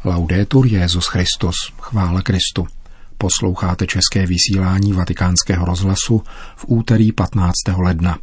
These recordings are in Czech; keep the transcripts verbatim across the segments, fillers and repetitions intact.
Laudetur Jesus Christus, chvála Kristu. Posloucháte české vysílání Vatikánského rozhlasu v úterý patnáctého ledna.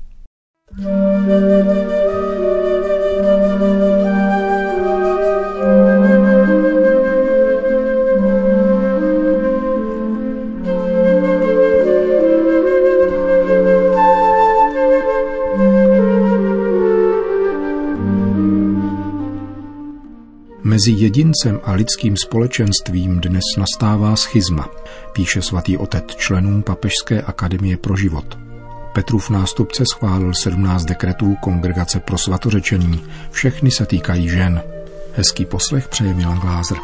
Mezi jedincem a lidským společenstvím dnes nastává schizma, píše svatý otec členům Papežské akademie pro život. Petrův nástupce schválil sedmnáct dekretů Kongregace pro svatořečení. Všechny se týkají žen. Hezký poslech přeje Milan Glázer.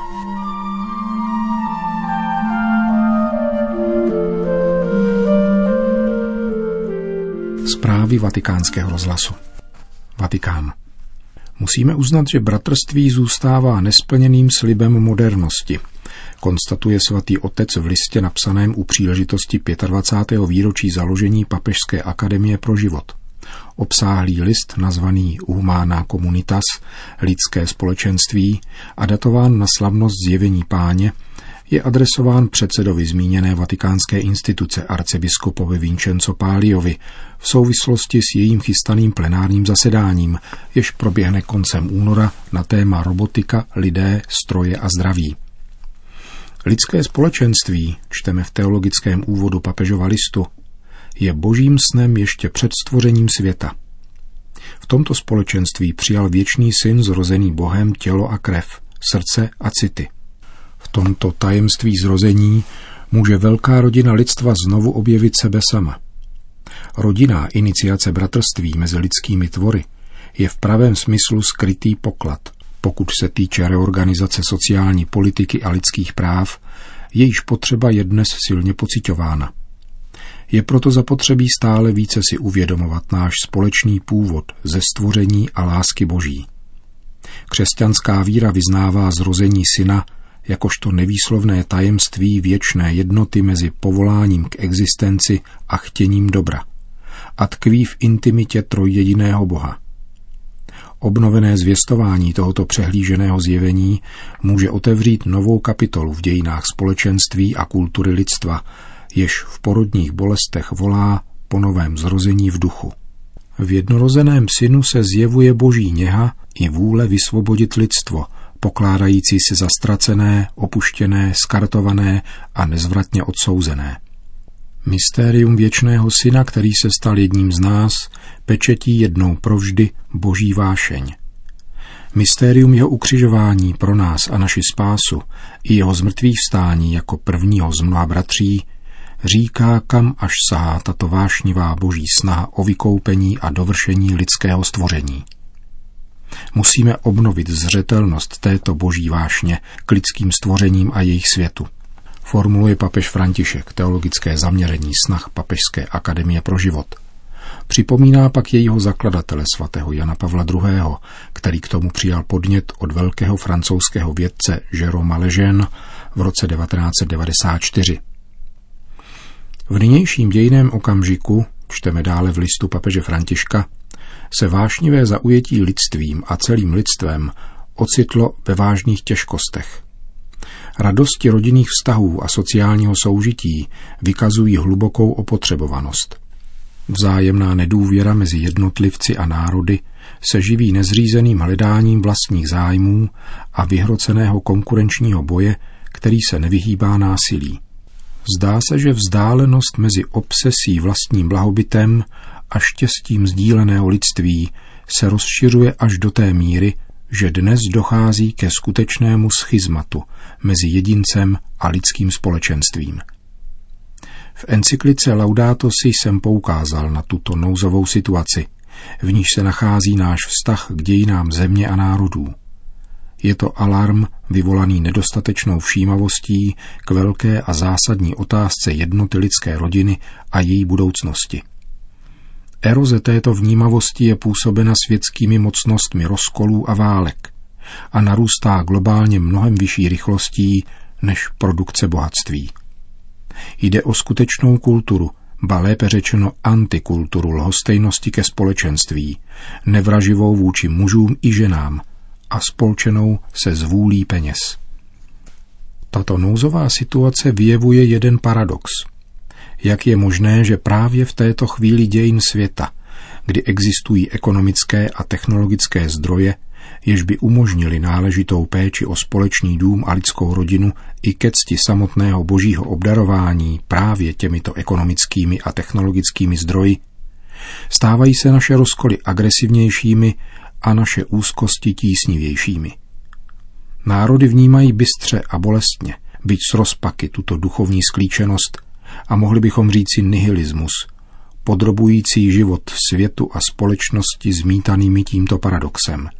Zprávy Vatikánského rozhlasu. Vatikán. Musíme uznat, že bratrství zůstává nesplněným slibem modernosti, konstatuje svatý otec v listě napsaném u příležitosti dvacátého pátého výročí založení Papežské akademie pro život. Obsáhlý list nazvaný Humana Communitas, lidské společenství, a datován na slavnost zjevení Páně, je adresován předsedovi zmíněné vatikánské instituce arcibiskupovi Vincenzo Paliovi v souvislosti s jejím chystaným plenárním zasedáním, jež proběhne koncem února na téma robotika, lidé, stroje a zdraví. Lidské společenství, čteme v teologickém úvodu papežova listu, je božím snem ještě před stvořením světa. V tomto společenství přijal věčný syn zrozený Bohem tělo a krev, srdce a city. V tomto tajemství zrození může velká rodina lidstva znovu objevit sebe sama. Rodinná iniciace bratrství mezi lidskými tvory je v pravém smyslu skrytý poklad, pokud se týče reorganizace sociální politiky a lidských práv, jejíž potřeba je dnes silně pociťována. Je proto zapotřebí stále více si uvědomovat náš společný původ ze stvoření a lásky Boží. Křesťanská víra vyznává zrození syna jakožto nevýslovné tajemství věčné jednoty mezi povoláním k existenci a chtěním dobra a tkví v intimitě trojjediného Boha. Obnovené zvěstování tohoto přehlíženého zjevení může otevřít novou kapitolu v dějinách společenství a kultury lidstva, jež v porodních bolestech volá po novém zrození v duchu. V jednorozeném synu se zjevuje boží něha i vůle vysvobodit lidstvo, pokládající se za ztracené, opuštěné, skartované a nezvratně odsouzené. Mystérium věčného syna, který se stal jedním z nás, pečetí jednou provždy boží vášeň. Mystérium jeho ukřižování pro nás a naši spásu i jeho zmrtvých vstání jako prvního z mnoha bratří říká, kam až sahá tato vášnivá boží snaha o vykoupení a dovršení lidského stvoření. Musíme obnovit zřetelnost této boží vášně k lidským stvořením a jejich světu. Formuluje papež František teologické zaměření snah Papežské akademie pro život. Připomíná pak jejího zakladatele svatého Jana Pavla druhého., který k tomu přijal podnět od velkého francouzského vědce Jérôma Lejeune v roce devatenáct set devadesát čtyři. V nynějším dějiném okamžiku, čteme dále v listu papeže Františka, se vášnivé zaujetí lidstvím a celým lidstvem ocitlo ve vážných těžkostech. Radosti rodinných vztahů a sociálního soužití vykazují hlubokou opotřebovanost. Vzájemná nedůvěra mezi jednotlivci a národy se živí nezřízeným hledáním vlastních zájmů a vyhroceného konkurenčního boje, který se nevyhýbá násilí. Zdá se, že vzdálenost mezi obsesí vlastním blahobytem a štěstím sdíleného lidství se rozšiřuje až do té míry, že dnes dochází ke skutečnému schizmatu mezi jedincem a lidským společenstvím. V encyklice Laudato si jsem poukázal na tuto nouzovou situaci, v níž se nachází náš vztah k dějinám země a národů. Je to alarm vyvolaný nedostatečnou všímavostí k velké a zásadní otázce jednoty lidské rodiny a její budoucnosti. Eroze této vnímavosti je působena světskými mocnostmi rozkolů a válek a narůstá globálně mnohem vyšší rychlostí než produkce bohatství. Jde o skutečnou kulturu, ba lépe řečeno antikulturu lhostejnosti ke společenství, nevraživou vůči mužům i ženám a spolčenou se zvůlí peněz. tato nouzová situace vyjevuje jeden paradox. Jak je možné, že právě v této chvíli dějin světa, kdy existují ekonomické a technologické zdroje, jež by umožnili náležitou péči o společný dům a lidskou rodinu i ke cti samotného božího obdarování právě těmito ekonomickými a technologickými zdroji, stávají se naše rozkoly agresivnějšími a naše úzkosti tísnivějšími. Národy vnímají bystře a bolestně, byť s rozpaky, tuto duchovní sklíčenost a mohli bychom říci nihilismus, podrobující život světu a společnosti zmítanými tímto paradoxem.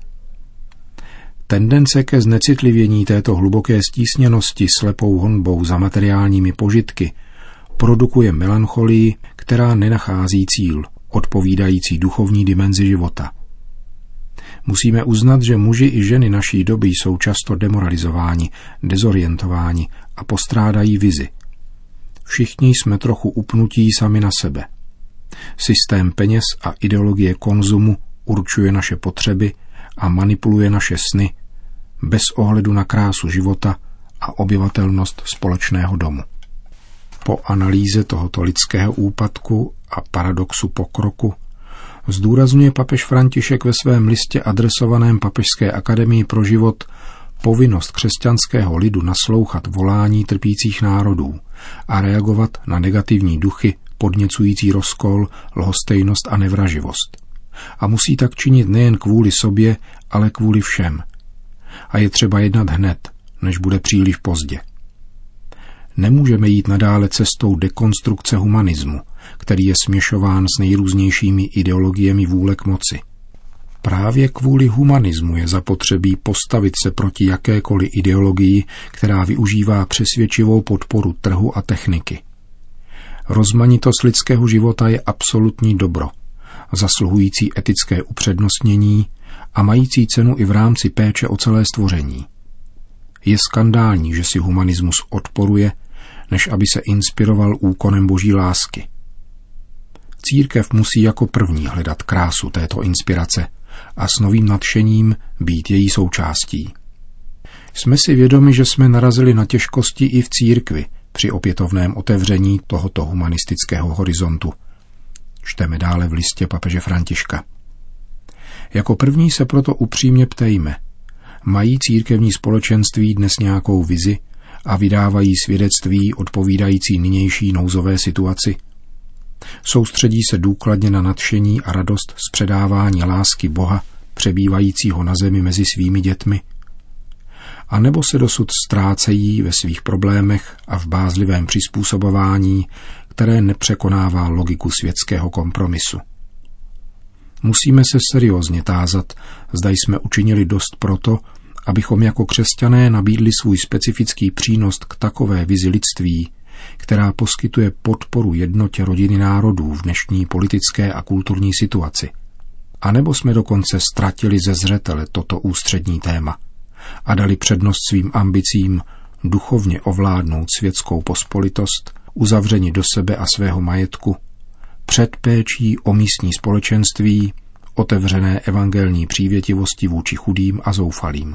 Tendence ke znecitlivění této hluboké stísněnosti slepou honbou za materiálními požitky produkuje melancholii, která nenachází cíl, odpovídající duchovní dimenzi života. Musíme uznat, že muži i ženy naší doby jsou často demoralizováni, dezorientováni a postrádají vizi. Všichni jsme trochu upnutí sami na sebe. Systém peněz a ideologie konzumu určuje naše potřeby a manipuluje naše sny bez ohledu na krásu života a obyvatelnost společného domu. Po analýze tohoto lidského úpadku a paradoxu pokroku zdůrazňuje papež František ve svém listě adresovaném Papežské akademii pro život povinnost křesťanského lidu naslouchat volání trpících národů a reagovat na negativní duchy podněcující rozkol, lhostejnost a nevraživost. A musí tak činit nejen kvůli sobě, ale kvůli všem. A je třeba jednat hned, než bude příliš pozdě. Nemůžeme jít nadále cestou dekonstrukce humanismu, který je směšován s nejrůznějšími ideologiemi vůle k moci. Právě kvůli humanismu je zapotřebí postavit se proti jakékoliv ideologii, která využívá přesvědčivou podporu trhu a techniky. Rozmanitost lidského života je absolutní dobro, zasluhující etické upřednostnění a mající cenu i v rámci péče o celé stvoření. Je skandální, že si humanismus odporuje, než aby se inspiroval úkonem boží lásky. Církev musí jako první hledat krásu této inspirace a s novým nadšením být její součástí. Jsme si vědomi, že jsme narazili na těžkosti i v církvi při opětovném otevření tohoto humanistického horizontu. Čteme dále v listě papeže Františka. Jako první se proto upřímně ptejme, mají církevní společenství dnes nějakou vizi a vydávají svědectví odpovídající nynější nouzové situaci? Soustředí se důkladně na nadšení a radost z předávání lásky Boha, přebývajícího na zemi mezi svými dětmi? A nebo se dosud ztrácejí ve svých problémech a v bázlivém přizpůsobování, které nepřekonává logiku světského kompromisu? Musíme se seriózně tázat, zda jsme učinili dost proto, abychom jako křesťané nabídli svůj specifický přínos k takové vizi lidství, která poskytuje podporu jednotě rodiny národů v dnešní politické a kulturní situaci. A nebo jsme dokonce ztratili ze zřetele toto ústřední téma a dali přednost svým ambicím duchovně ovládnout světskou pospolitost, uzavřeni do sebe a svého majetku, před péčí o místní společenství, otevřené evangelní přívětivosti vůči chudým a zoufalým.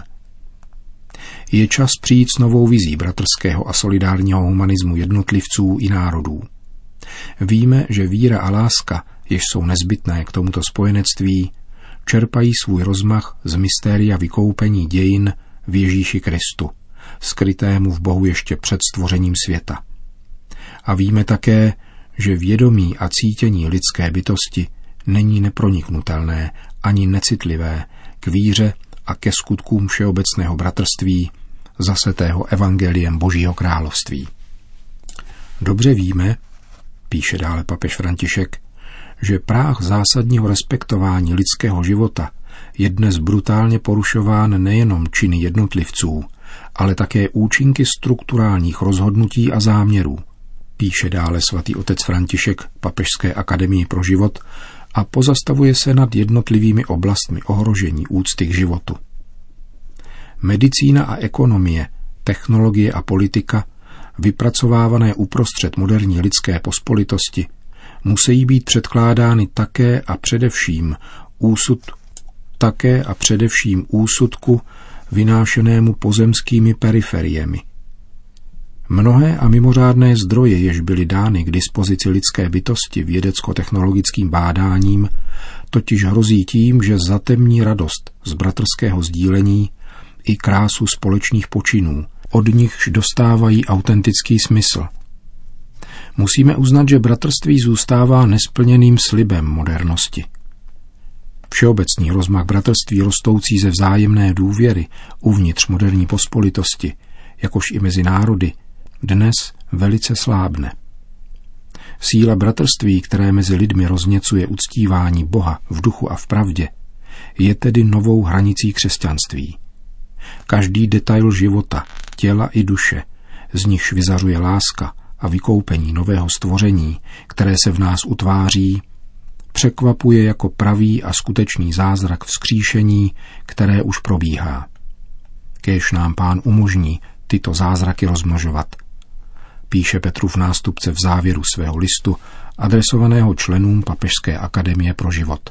Je čas přijít s novou vizí bratrského a solidárního humanismu jednotlivců i národů. Víme, že víra a láska, jež jsou nezbytné k tomuto spojenectví, čerpají svůj rozmach z mystéria vykoupení dějin v Ježíši Kristu, skrytému v Bohu ještě před stvořením světa. A víme také, že vědomí a cítění lidské bytosti není neproniknutelné ani necitlivé k víře a ke skutkům všeobecného bratrství, zasetého evangeliem Božího království. Dobře víme, píše dále papež František, že práh zásadního respektování lidského života je dnes brutálně porušován nejenom činy jednotlivců, ale také účinky strukturálních rozhodnutí a záměrů, píše dále svatý otec František Papežské akademii pro život a pozastavuje se nad jednotlivými oblastmi ohrožení úcty k životu. Medicína a ekonomie, technologie a politika, vypracovávané uprostřed moderní lidské pospolitosti, musí být předkládány také a především úsud, také a především úsudku vynášenému pozemskými periferiemi. Mnohé a mimořádné zdroje, jež byly dány k dispozici lidské bytosti vědecko-technologickým bádáním, totiž hrozí tím, že zatemní radost z bratrského sdílení i krásu společných počinů, od nichž dostávají autentický smysl. Musíme uznat, že bratrství zůstává nesplněným slibem modernosti. Všeobecný rozmach bratrství rostoucí ze vzájemné důvěry uvnitř moderní pospolitosti, jakož i mezi národy, dnes velice slábne. Síla bratrství, které mezi lidmi rozněcuje uctívání Boha v duchu a v pravdě, je tedy novou hranicí křesťanství. Každý detail života, těla i duše, z nichž vyzařuje láska a vykoupení nového stvoření, které se v nás utváří, překvapuje jako pravý a skutečný zázrak vzkříšení, které už probíhá. Kéž nám Pán umožní tyto zázraky rozmnožovat, píše Petrův nástupce v závěru svého listu, adresovaného členům Papežské akademie pro život.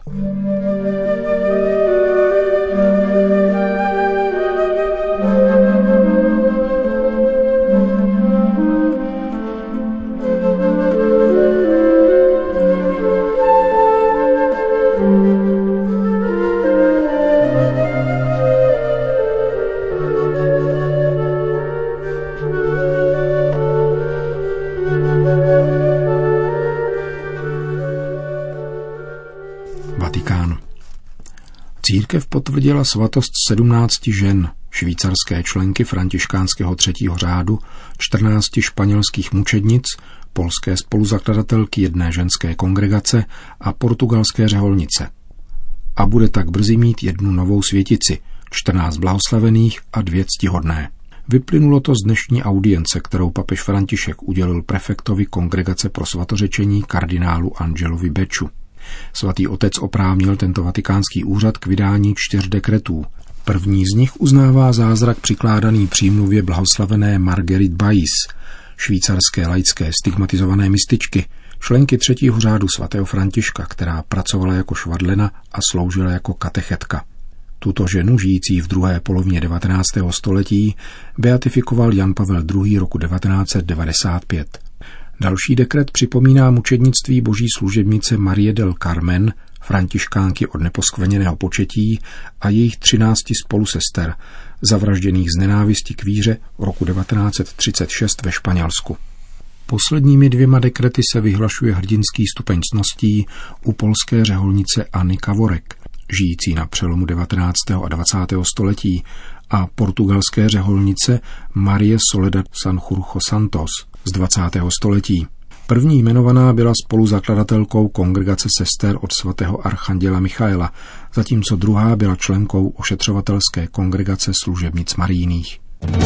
Vatikán. Církev potvrdila svatost sedmnácti žen, švýcarské členky františkánského třetího řádu, čtrnácti španělských mučednic, polské spoluzakladatelky jedné ženské kongregace a portugalské řeholnice. A bude tak brzy mít jednu novou světici, čtrnáct blahoslavených a dvě ctihodné. Vyplynulo to z dnešní audience, kterou papež František udělil prefektovi Kongregace pro svatořečení kardinálu Angelovi Beču. Svatý otec oprávnil tento vatikánský úřad k vydání čtyř dekretů. První z nich uznává zázrak přikládaný přímluvě blahoslavené Marguerite Bais, švýcarské laické stigmatizované mističky, členky třetího řádu svatého Františka, která pracovala jako švadlena a sloužila jako katechetka. Tuto ženu, žijící v druhé polovině devatenáctého století, beatifikoval Jan Pavel druhý. roku devatenáct set devadesát pět. Další dekret připomíná mučednictví boží služebnice Marie del Carmen, františkánky od neposkvrněného početí, a jejich třinácti spolusester, zavražděných z nenávisti k víře roku devatenáct set třicet šest ve Španělsku. Posledními dvěma dekrety se vyhlašuje hrdinský stupeň ctností u polské řeholnice Anny Kavorek, žijící na přelomu devatenáctého a dvacátého století, a portugalské řeholnice Marie Soledad Sanjurjo Santos z dvacátého století. První jmenovaná byla spoluzakladatelkou kongregace sester od svatého archanděla Michaela, zatímco druhá byla členkou ošetřovatelské kongregace služebnic Marijných.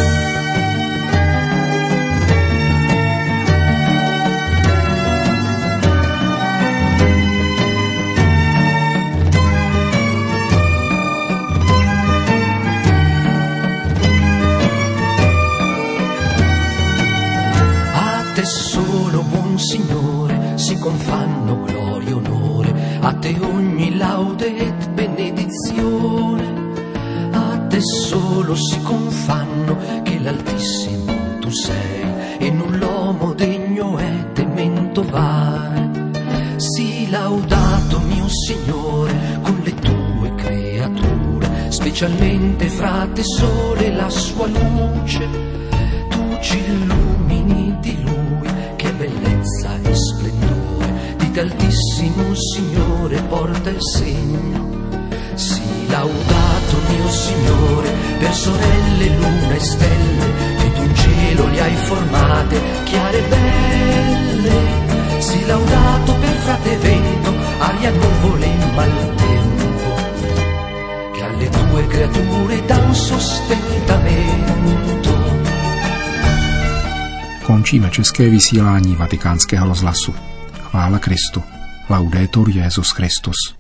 Solo buon Signore si confanno gloria e onore, a te ogni laude et benedizione, a te solo si confanno che l'Altissimo tu sei e null'uomo degno è tementovare. Sii laudato mio Signore con le tue creature, specialmente fra te sole la sua luce, tu ci illumini di luce, bellezza e splendore di t'altissimo Signore porta il segno. Sii laudato mio Signore per sorelle, luna e stelle, che tu in cielo li hai formate chiare e belle. Sii laudato per frate vento, aria, nuvole e maltempo, che alle tue creature dan sostentamento. Končíme české vysílání Vatikánského rozhlasu. Chvála Kristu. Laudetur Jesus Christus.